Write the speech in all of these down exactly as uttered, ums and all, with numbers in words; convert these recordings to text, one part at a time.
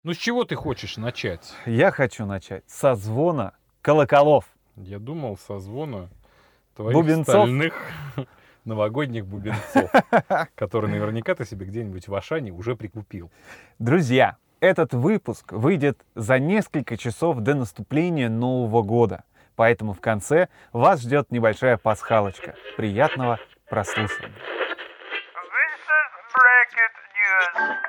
Ну, с чего ты хочешь начать? Я хочу начать со звона колоколов. Я думал, со звона твоих Бубенцов. стальных новогодних бубенцов, которые наверняка ты себе где-нибудь в Ашане уже прикупил. Друзья, этот выпуск выйдет за несколько часов до наступления Нового года. Поэтому в конце вас ждет небольшая пасхалочка. Приятного прослушивания. This is Bracket News.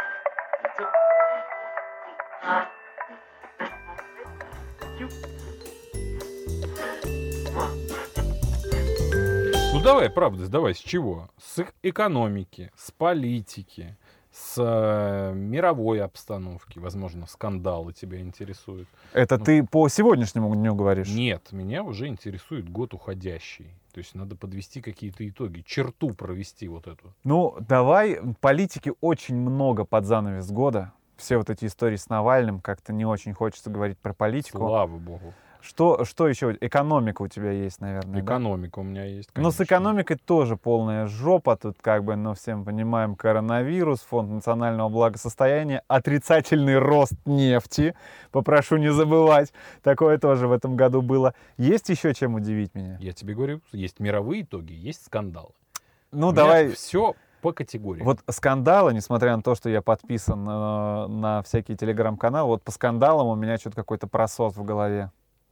Ну давай, правда, давай, с чего? С их экономики, с политики, с э, мировой обстановки, возможно, скандалы тебя интересуют. Это Ну, ты по сегодняшнему дню говоришь? Нет, меня уже интересует год уходящий. То есть надо подвести какие-то итоги, черту провести вот эту. Ну, давай, политики очень много под занавес года. Все вот эти истории с Навальным, как-то не очень хочется говорить про политику. Слава богу. Что, что еще? Экономика у тебя есть, наверное, да? Экономика у меня есть, Но с конечно. экономикой тоже полная жопа. Тут как бы, ну, всем понимаем, коронавирус, фонд национального благосостояния, отрицательный рост нефти. Попрошу не забывать. Такое тоже в этом году было. Есть еще чем удивить меня? Я тебе говорю, есть мировые итоги, есть скандалы. Ну, давай. Все по категории. Вот скандалы, несмотря на то, что я подписан э, на всякие телеграм-каналы, вот по скандалам у меня что-то какой-то просос в голове.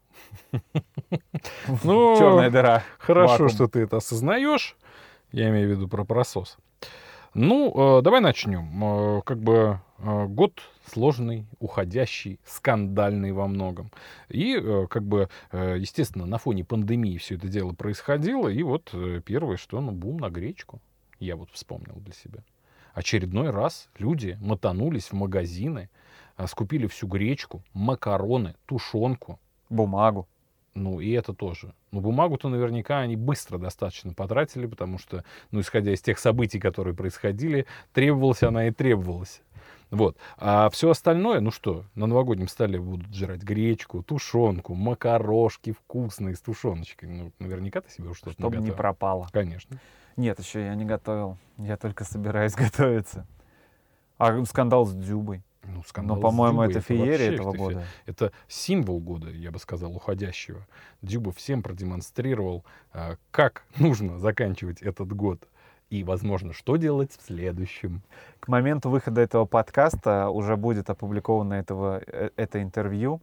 Ну, Черная дыра. Хорошо, вакуум. что ты это осознаешь. Я имею в виду про просос. Ну, э, давай начнем. Э, как бы э, год сложный, уходящий, скандальный во многом. И, э, как бы, э, естественно, на фоне пандемии все это дело происходило. И вот э, первое, что, ну, бум на гречку. Я вот вспомнил для себя. Очередной раз люди мотанулись в магазины, э, скупили всю гречку, макароны, тушенку. Бумагу. Ну, и это тоже. Но бумагу-то наверняка они быстро достаточно потратили, потому что, ну, исходя из тех событий, которые происходили, требовалась она и требовалась. Вот. А все остальное, ну что, на новогоднем столе будут жрать гречку, тушенку, макарошки вкусные с тушеночкой. Ну, наверняка ты себе уже что-то Чтобы не наготовил. пропало. Конечно. Нет, еще я не готовил. Я только собираюсь готовиться. А скандал с Дзюбой. Ну, скандал Ну, с по-моему, Дзюбой это вообще феерия этого это фе- года. Это символ года, я бы сказал, уходящего. Дзюба всем продемонстрировал, а, как нужно заканчивать этот год. И, возможно, что делать в следующем. К моменту выхода этого подкаста уже будет опубликовано этого, э, это интервью.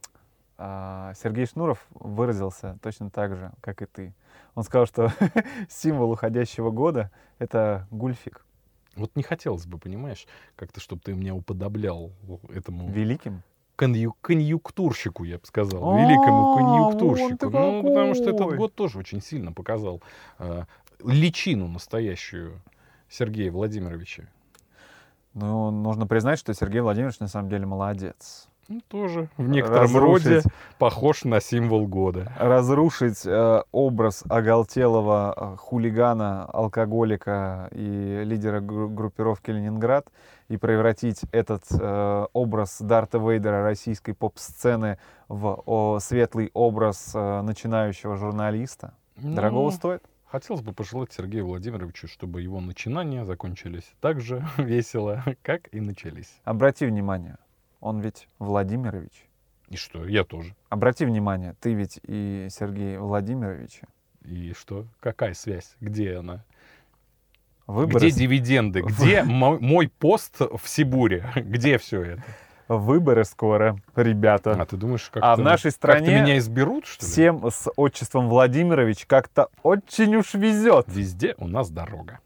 А, Сергей Шнуров выразился точно так же, как и ты. Он сказал, что символ уходящего года — это гульфик. Вот не хотелось бы, понимаешь, как-то, чтобы ты меня уподоблял этому Великим. конью- конъюнктурщику, я бы сказал, А, великому вон конъюнктурщику. ты Ну, потому что этот какой. год тоже очень сильно показал а, личину настоящую Сергея Владимировича. Ну, нужно признать, что Сергей Владимирович на самом деле молодец. Ну, тоже в некотором роде Разрушить, похож на символ года. разрушить э, образ оголтелого э, хулигана, алкоголика и лидера гру- группировки «Ленинград» и превратить этот э, образ Дарта Вейдера российской поп-сцены в о, светлый образ э, начинающего журналиста. Дорогого Ну, стоит. хотелось бы пожелать Сергею Владимировичу, чтобы его начинания закончились так же весело, как и начались. Обрати внимание, он ведь Владимирович. И что? Я тоже. Обрати внимание, ты ведь и Сергей Владимирович. И что? Какая связь? Где она? Выборы, Где дивиденды? Где мо- мой пост в Сибуре? Где все это? выборы скоро, ребята. А ты думаешь, как-то, А в нашей как-то стране меня изберут, что ли? Всем с отчеством Владимирович как-то очень уж везет. Везде у нас дорога.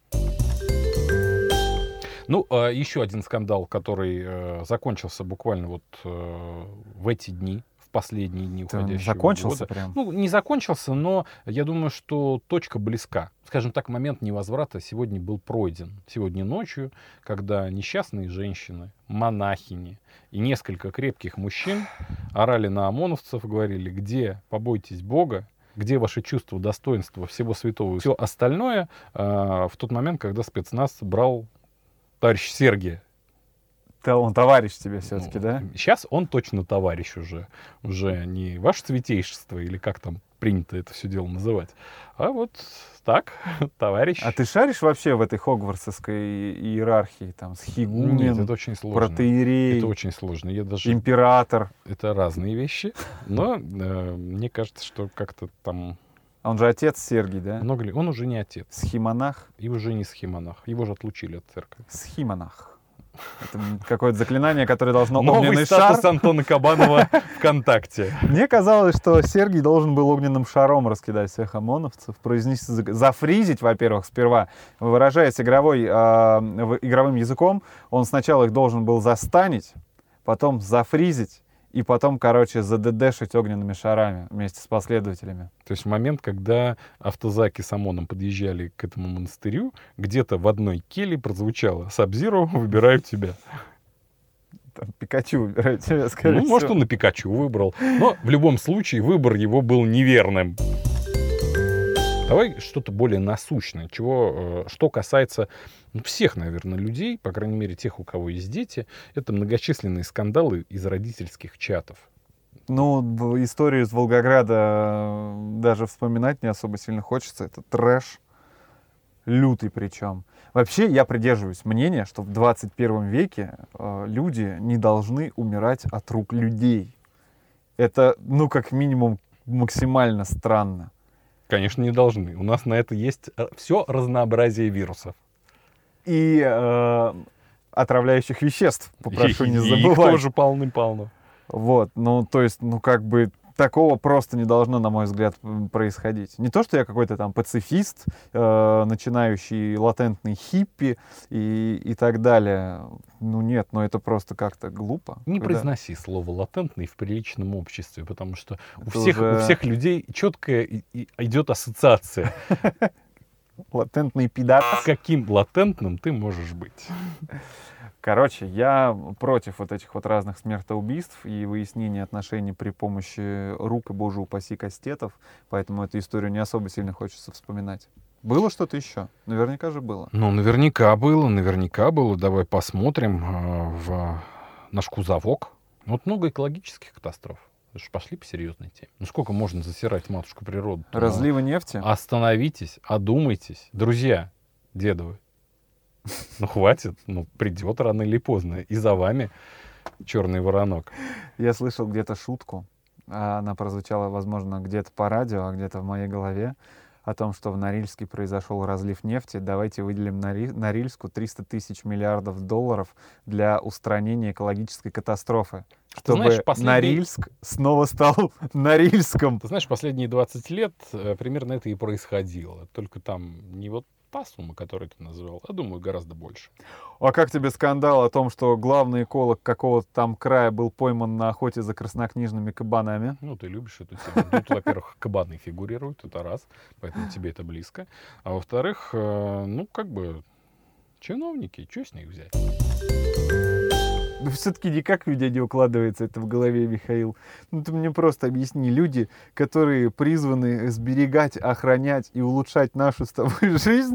Ну, а, еще один скандал, который э, закончился буквально вот э, в эти дни, в последние дни Ты он уходящего закончился года. прям? Ну, не закончился, но я думаю, что точка близка. Скажем так, момент невозврата сегодня был пройден. Сегодня ночью, когда несчастные женщины, монахини и несколько крепких мужчин орали на ОМОНовцев, говорили, где побойтесь Бога, где ваше чувство достоинства, всего святого и все остальное, э, в тот момент, когда спецназ брал товарищ Сергия. Да он товарищ тебе все-таки, Ну, да? Сейчас он точно товарищ уже. Уже не ваше святейшество или как там принято это все дело называть. А вот так, товарищ. А ты шаришь вообще в этой хогвартсовской иерархии? Там, схигумен, Нет, это очень сложно. протоиерей, Это очень сложно. Я даже... император. Это разные вещи, но э, мне кажется, что как-то там А он же отец Сергий, да? много ли... Он уже не отец. Схимонах? И уже не схимонах. Его же отлучили от церкви. Схимонах. Это какое-то заклинание, которое должно Новый огненный статус шар. Антона Кабанова ВКонтакте. Мне казалось, что Сергий должен был огненным шаром раскидать всех ОМОНовцев, произнести, зак- зафризить, во-первых, сперва, выражаясь игровой, а, в- игровым языком, он сначала их должен был застанить, потом зафризить, и потом, короче, задедешить огненными шарами вместе с последователями. То есть в момент, когда автозаки с ОМОНом подъезжали к этому монастырю, где-то в одной келье прозвучало «Сабзиро, выбираю тебя». Там Пикачу выбирает тебя, скорее Ну, может, всего. он и Пикачу выбрал. Но в любом случае выбор его был неверным. Давай что-то более насущное, чего, э, что касается ну, всех, наверное, людей, по крайней мере, тех, у кого есть дети, это многочисленные скандалы из родительских чатов. Ну, в- историю из Волгограда э, даже вспоминать не особо сильно хочется. Это трэш. Лютый причем. Вообще, я придерживаюсь мнения, что в двадцать первом веке э, люди не должны умирать от рук людей. Это, ну, как минимум, максимально странно. Конечно, не должны. У нас на это есть все разнообразие вирусов. И э, отравляющих веществ, попрошу И- не и их забывать. тоже полны-полно. Вот, ну, то есть, ну, как бы, такого просто не должно, на мой взгляд, м, происходить. Не то, что я какой-то там пацифист, э, начинающий латентный хиппи и, и так далее. Ну, нет, но это просто как-то глупо. Не Когда- произноси слово «латентный» в приличном обществе, потому что у Это всех, уже- у всех людей четкая и- и идет ассоциация. Латентный пидор. Каким латентным ты можешь быть? Короче, я против вот этих вот разных смертоубийств и выяснения отношений при помощи рук и, боже упаси, кастетов, поэтому эту историю не особо сильно хочется вспоминать. Было что-то еще? Наверняка же было. Ну, наверняка было, наверняка было. Давай посмотрим э, в наш кузовок. Вот много экологических катастроф. Это ж пошли по серьезной теме. Ну, сколько можно засирать матушку природу? Разливы нефти? Остановитесь, одумайтесь. Друзья, дедовы, ну хватит, ну придет рано или поздно. И за вами черный воронок. Я слышал где-то шутку, а она прозвучала, возможно, где-то по радио, а где-то в моей голове, о том, что в Норильске произошел разлив нефти. Давайте выделим Нори- Норильску триста тысяч миллиардов долларов для устранения экологической катастрофы. Чтобы знаешь, последний- Норильск снова стал Норильском. Ты знаешь, последние двадцать лет э, примерно это и происходило. Только там не вот та сумма, которую ты назвал, а думаю, гораздо больше. А как тебе скандал о том, что главный эколог какого-то там края был пойман на охоте за краснокнижными кабанами? Ну, ты любишь эту тему. Тут, во-первых, кабаны фигурируют, это раз, поэтому тебе это близко. А во-вторых, э, ну, как бы, чиновники, что с них взять? Да все-таки никак у меня не укладывается это в голове, Михаил. Ну ты мне просто объясни. Люди, которые призваны сберегать, охранять и улучшать нашу с тобой жизнь.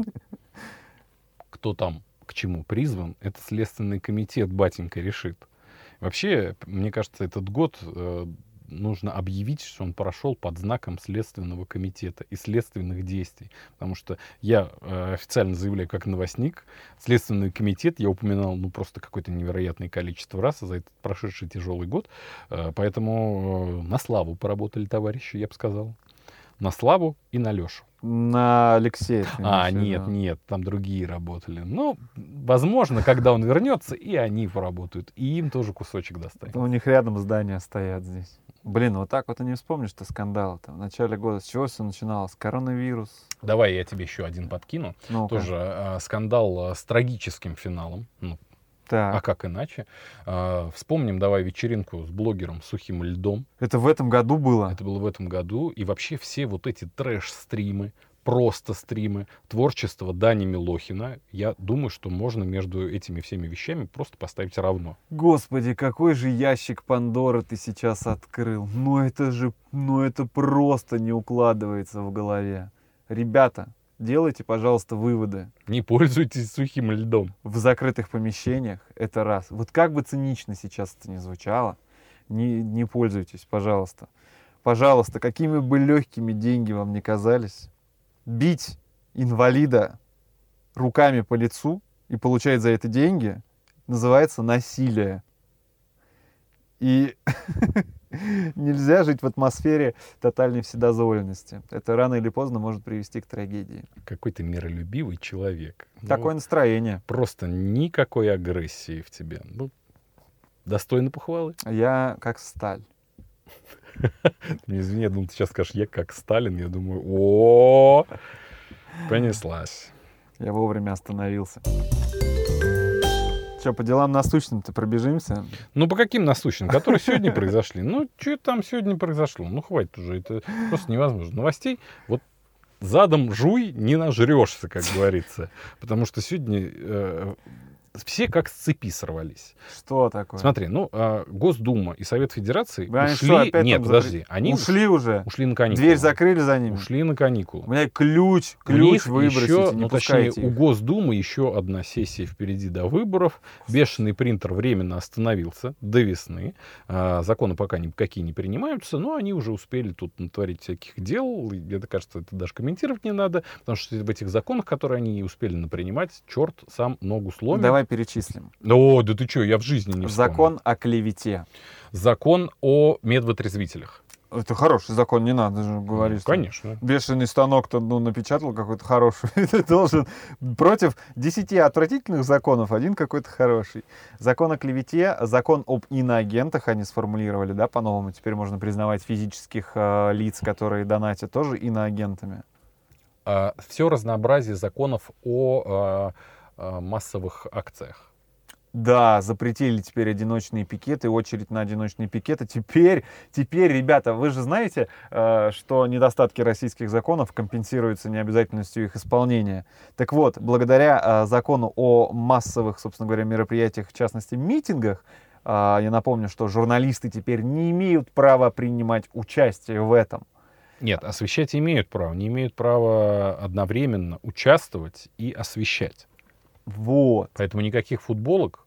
Кто там к чему призван, это Следственный комитет, батенька, решит. Вообще, мне кажется, этот год э, нужно объявить, что он прошел под знаком Следственного комитета и следственных действий. Потому что я э, официально заявляю как новостник, Следственный комитет я упоминал ну просто какое-то невероятное количество раз за этот прошедший тяжелый год. Э, поэтому э, на славу поработали товарищи, я бы сказал. На славу и на Лешу. На Алексея. ты А, имеешь в нет, виду? нет, там другие работали. Ну, возможно, когда он вернется, и они поработают. И им тоже кусочек достанет. У них рядом здания стоят здесь. Блин, вот так вот и не вспомнишь-то скандал-то. В начале года с чего все начиналось? Коронавирус. Давай я тебе еще один подкину. Ну Тоже э, скандал э, с трагическим финалом. Ну, а Так. как иначе? Э, вспомним, давай, вечеринку с блогером Сухим Льдом. Это в этом году было? Это было в этом году. И вообще все вот эти трэш-стримы, просто стримы, творчество Дани Милохина, я думаю, что можно между этими всеми вещами просто поставить равно. Господи, какой же ящик Пандоры ты сейчас открыл. Ну это же, ну это просто не укладывается в голове. Ребята, делайте, пожалуйста, выводы. Не пользуйтесь Сухим Льдом. В закрытых помещениях это раз. Вот как бы цинично сейчас это ни звучало, не, не пользуйтесь, пожалуйста. Пожалуйста, какими бы легкими деньги вам ни казались, бить инвалида руками по лицу и получать за это деньги называется насилие. И нельзя жить в атмосфере тотальной вседозволенности. Это рано или поздно может привести к трагедии. Какой ты миролюбивый человек. Ну, Такое настроение. просто никакой агрессии в тебе. Ну, достойно похвалы. Я как сталь. Не извини, я думал, ты сейчас скажешь, я как Сталин. Я думаю, о, понеслась. Я вовремя остановился. Что, по делам насущным-то пробежимся? Ну, по каким насущным? Которые сегодня произошли? Ну, что там сегодня произошло? Ну, хватит уже, это просто невозможно. Новостей, вот задом жуй, не нажрешься, как говорится. Потому что сегодня э, все как с цепи сорвались. Что такое? Смотри, ну, а, Госдума и Совет Федерации Вы они ушли... что, опять Нет, там подожди. запре- Они ушли уже? ушли на каникулы. Дверь закрыли за ними? Ушли на каникулы. У меня ключ, У ключ них выбросите, еще, не ну, точнее, пускайте у их. Госдумы еще одна сессия впереди до выборов. Бешеный принтер временно остановился до весны. А, законы пока никакие не принимаются, но они уже успели тут натворить всяких дел. И мне кажется, это даже комментировать не надо, потому что в этих законах, которые они успели напринимать, черт сам ногу сломит. Давай перечислим. О, да ты что, я в жизни не вспомню. Закон о клевете. Закон о медвотрезвителях. Это хороший закон, не надо же говорить. Ну, что конечно. Бешеный станок-то ну, напечатал какой-то хороший. Ты должен против десяти отвратительных законов один какой-то хороший. Закон о клевете, закон об иноагентах они сформулировали, да, по-новому. Теперь можно признавать физических э, лиц, которые донатят, тоже иноагентами. А, все разнообразие законов о а, а, массовых акциях. Да, запретили теперь одиночные пикеты, очередь на одиночные пикеты. Теперь, теперь, ребята, вы же знаете, э, что недостатки российских законов компенсируются необязательностью их исполнения. Так вот, благодаря э, закону о массовых, собственно говоря, мероприятиях, в частности, митингах, э, я напомню, что журналисты теперь не имеют права принимать участие в этом. Нет, освещать имеют право, не имеют права одновременно участвовать и освещать. Вот, Поэтому никаких футболок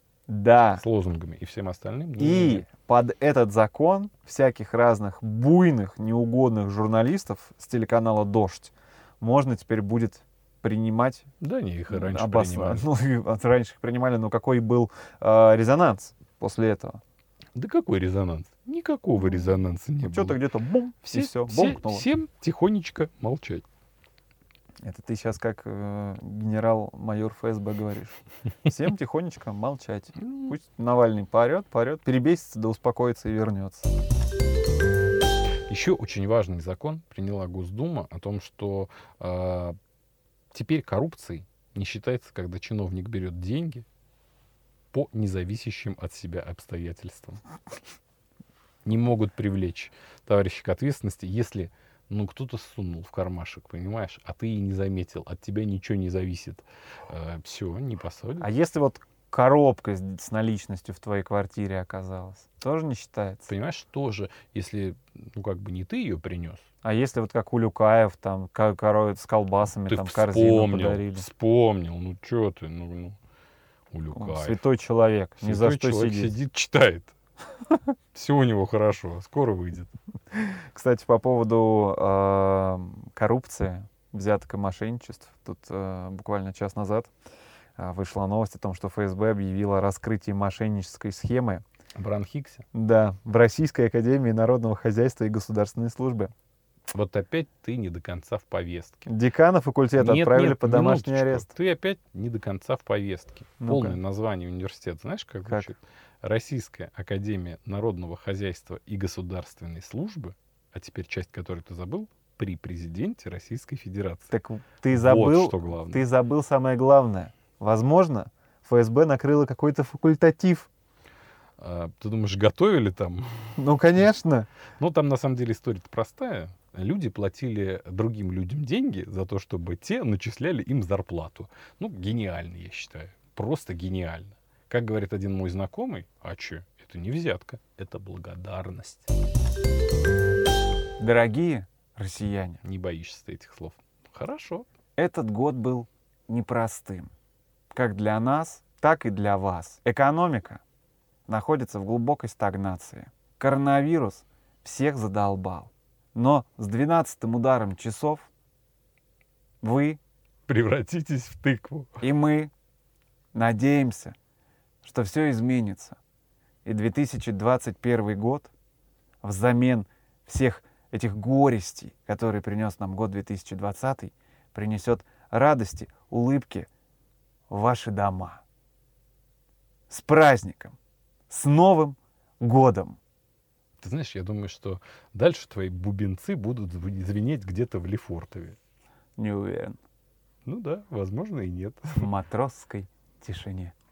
да. с лозунгами и всем остальным не И имеют. под этот закон всяких разных буйных, неугодных журналистов с телеканала «Дождь» можно теперь будет принимать. Да, не, их и раньше обос- принимали. Ну, и раньше их принимали, но какой был э, резонанс после этого? Да какой резонанс? Никакого резонанса не Ну, что-то было. где-то бум, Все, и все, все- бомкнуло. всем тихонечко молчать. Это ты сейчас как э, генерал-майор эф эс бэ говоришь. Всем тихонечко молчать. Пусть Навальный поорет, поорет, перебесится, да успокоится и вернется. Еще очень важный закон приняла Госдума о том, что э, теперь коррупцией не считается, когда чиновник берет деньги по независящим от себя обстоятельствам. Не могут привлечь товарища к ответственности, если ну, кто-то сунул в кармашек, понимаешь, а ты и не заметил, от тебя ничего не зависит. Э, все, не посадят. А если вот коробка с, с наличностью в твоей квартире оказалась, тоже не считается? Понимаешь, тоже, если, ну, как бы не ты ее принес, А если вот как у Люкаев, там, ко- коровы с колбасами, ты там, корзину вспомнил, подарили. вспомнил, ну, что ты, ну, ну, у Он Люкаев. святой человек, ни за Святой что человек сидеть. сидит, читает. Все у него хорошо, скоро выйдет. Кстати, по поводу э, коррупции, взяток и мошенничеств. Тут э, буквально час назад э, вышла новость о том, что эф эс бэ объявила о раскрытии мошеннической схемы. Бран Хиксе. Да, в Российской академии народного хозяйства и государственной службы. Вот опять ты не до конца в повестке. Декана факультета Нет, отправили нет, под домашний минуточку. арест. Ты опять не до конца в повестке. Ну-ка. Полное название университета, знаешь, как, Как? звучит? Российская академия народного хозяйства и государственной службы, а теперь часть которой ты забыл, при президенте Российской Федерации. Так ты забыл, Вот что главное. ты забыл самое главное. Возможно, эф эс бэ накрыло какой-то факультатив. А, ты думаешь, готовили там? Ну, конечно. Ну, там на самом деле история-то простая. Люди платили другим людям деньги за то, чтобы те начисляли им зарплату. Ну, гениально, я считаю. Просто гениально. Как говорит один мой знакомый, а че, это не взятка, это благодарность. Дорогие россияне, Не боишься ты этих слов. Хорошо. этот год был непростым. Как для нас, так и для вас. Экономика находится в глубокой стагнации. Коронавирус всех задолбал. Но с двенадцатым ударом часов вы Превратитесь в тыкву. и мы надеемся, что все изменится. И две тысячи двадцать первый год взамен всех этих горестей, которые принес нам год две тысячи двадцатый, принесет радости, улыбки в ваши дома. С праздником! С Новым годом! Ты знаешь, я думаю, что дальше твои бубенцы будут зв- звенеть где-то в Лефортове. Не уверен. Ну да, возможно и нет. В матросской тишине.